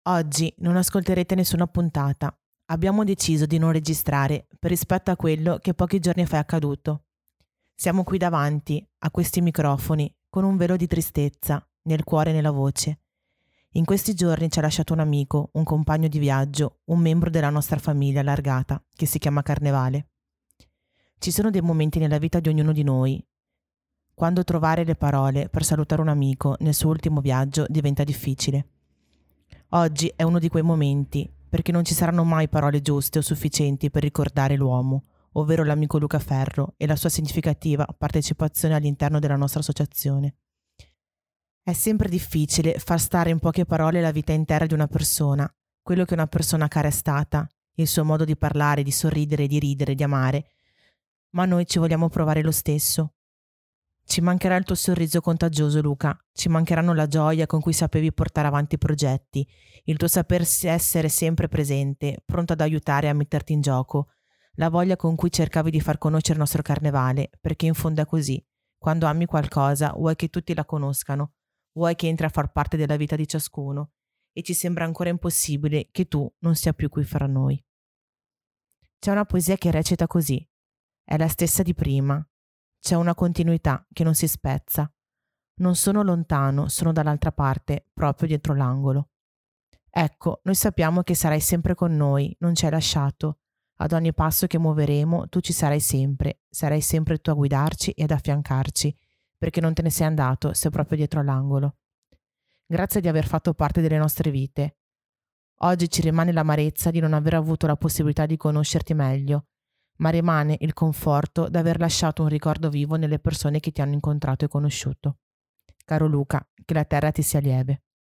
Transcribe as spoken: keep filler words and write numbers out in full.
Oggi non ascolterete nessuna puntata. Abbiamo deciso di non registrare per rispetto a quello che pochi giorni fa è accaduto. Siamo qui davanti a questi microfoni con un velo di tristezza nel cuore e nella voce. In questi giorni ci ha lasciato un amico, un compagno di viaggio, un membro della nostra famiglia allargata che si chiama Carnevale. Ci sono dei momenti nella vita di ognuno di noi quando trovare le parole per salutare un amico nel suo ultimo viaggio diventa difficile. Oggi è uno di quei momenti, perché non ci saranno mai parole giuste o sufficienti per ricordare l'uomo, ovvero l'amico Luca Ferro e la sua significativa partecipazione all'interno della nostra associazione. È sempre difficile far stare in poche parole la vita intera di una persona, quello che una persona cara è stata, il suo modo di parlare, di sorridere, di ridere, di amare, ma noi ci vogliamo provare lo stesso. Ci mancherà il tuo sorriso contagioso, Luca. Ci mancheranno la gioia con cui sapevi portare avanti i progetti, il tuo sapersi essere sempre presente, pronto ad aiutare e a metterti in gioco, la voglia con cui cercavi di far conoscere il nostro carnevale, perché in fondo è così. Quando ami qualcosa, vuoi che tutti la conoscano, vuoi che entri a far parte della vita di ciascuno, e ci sembra ancora impossibile che tu non sia più qui fra noi. C'è una poesia che recita così: è la stessa di prima. C'è una continuità che non si spezza. Non sono lontano, sono dall'altra parte, proprio dietro l'angolo. Ecco, noi sappiamo che sarai sempre con noi, non ci hai lasciato. Ad ogni passo che muoveremo, tu ci sarai sempre, sarai sempre tu a guidarci e ad affiancarci, perché non te ne sei andato, sei proprio dietro l'angolo. Grazie di aver fatto parte delle nostre vite. Oggi ci rimane l'amarezza di non aver avuto la possibilità di conoscerti meglio, ma rimane il conforto d'aver lasciato un ricordo vivo nelle persone che ti hanno incontrato e conosciuto. Caro Luca, che la terra ti sia lieve.